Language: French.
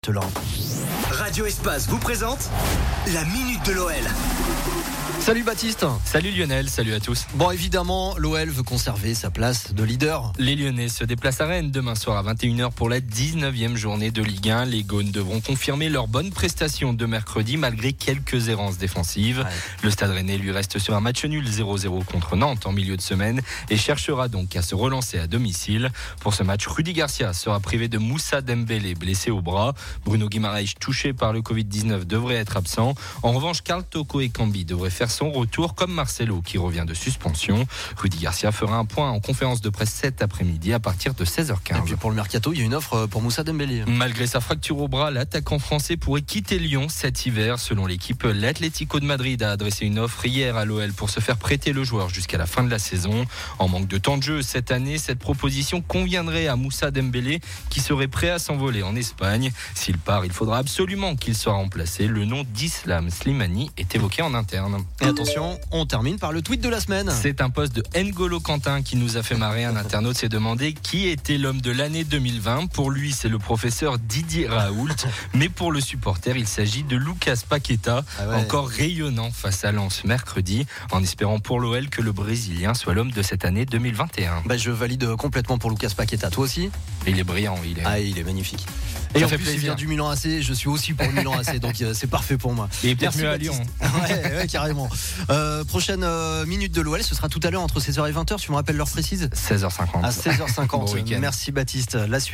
Radio Espace vous présente la Minute de l'OL. Salut Baptiste. Salut Lionel, salut à tous. Bon, évidemment, l'OL veut conserver sa place de leader. Les Lyonnais se déplacent à Rennes demain soir à 21h pour la 19e journée de Ligue 1. Les Gaunes devront confirmer leur bonne prestation de mercredi malgré quelques errances défensives. Le Stade Rennais lui reste sur un match nul 0-0 contre Nantes en milieu de semaine et cherchera donc à se relancer à domicile. Pour ce match, Rudy Garcia sera privé de Moussa Dembélé blessé au bras. Bruno Guimaraes touché par le Covid-19 devrait être absent. En revanche, Karl Toko Ekambi devrait faire son retour comme Marcelo qui revient de suspension. Rudy Garcia fera un point en conférence de presse cet après-midi à partir de 16h15. Et puis pour le mercato, il y a une offre pour Moussa Dembélé. Malgré sa fracture au bras, l'attaquant français pourrait quitter Lyon cet hiver. Selon l'équipe, l'Atlético de Madrid a adressé une offre hier à l'OL pour se faire prêter le joueur jusqu'à la fin de la saison. En manque de temps de jeu cette année, cette proposition conviendrait à Moussa Dembélé qui serait prêt à s'envoler en Espagne. S'il part, il faudra absolument qu'il soit remplacé. Le nom d'Islam Slimani est évoqué en interne. Et attention, on termine par le tweet de la semaine. C'est un post de N'Golo Kanté qui nous a fait marrer. Un internaute s'est demandé qui était l'homme de l'année 2020. Pour lui, c'est le professeur Didier Raoult. Mais pour le supporter, il s'agit de Lucas Paqueta, encore rayonnant face à Lens mercredi, en espérant pour l'OL que le Brésilien soit l'homme de cette année 2021. Je valide complètement pour Lucas Paqueta. Toi aussi ? Il est brillant. Il est magnifique. Et en plus, il vient du Milan AC. Je suis aussi pour le Milan AC, donc c'est parfait pour moi. Et peut-être mieux à Lyon. Ouais, carrément. Prochaine minute de l'OL, ce sera tout à l'heure entre 16h et 20h. Tu me rappelles l'heure précise ? 16h50. À 16h50. Bon week-end. Merci Baptiste. La suite.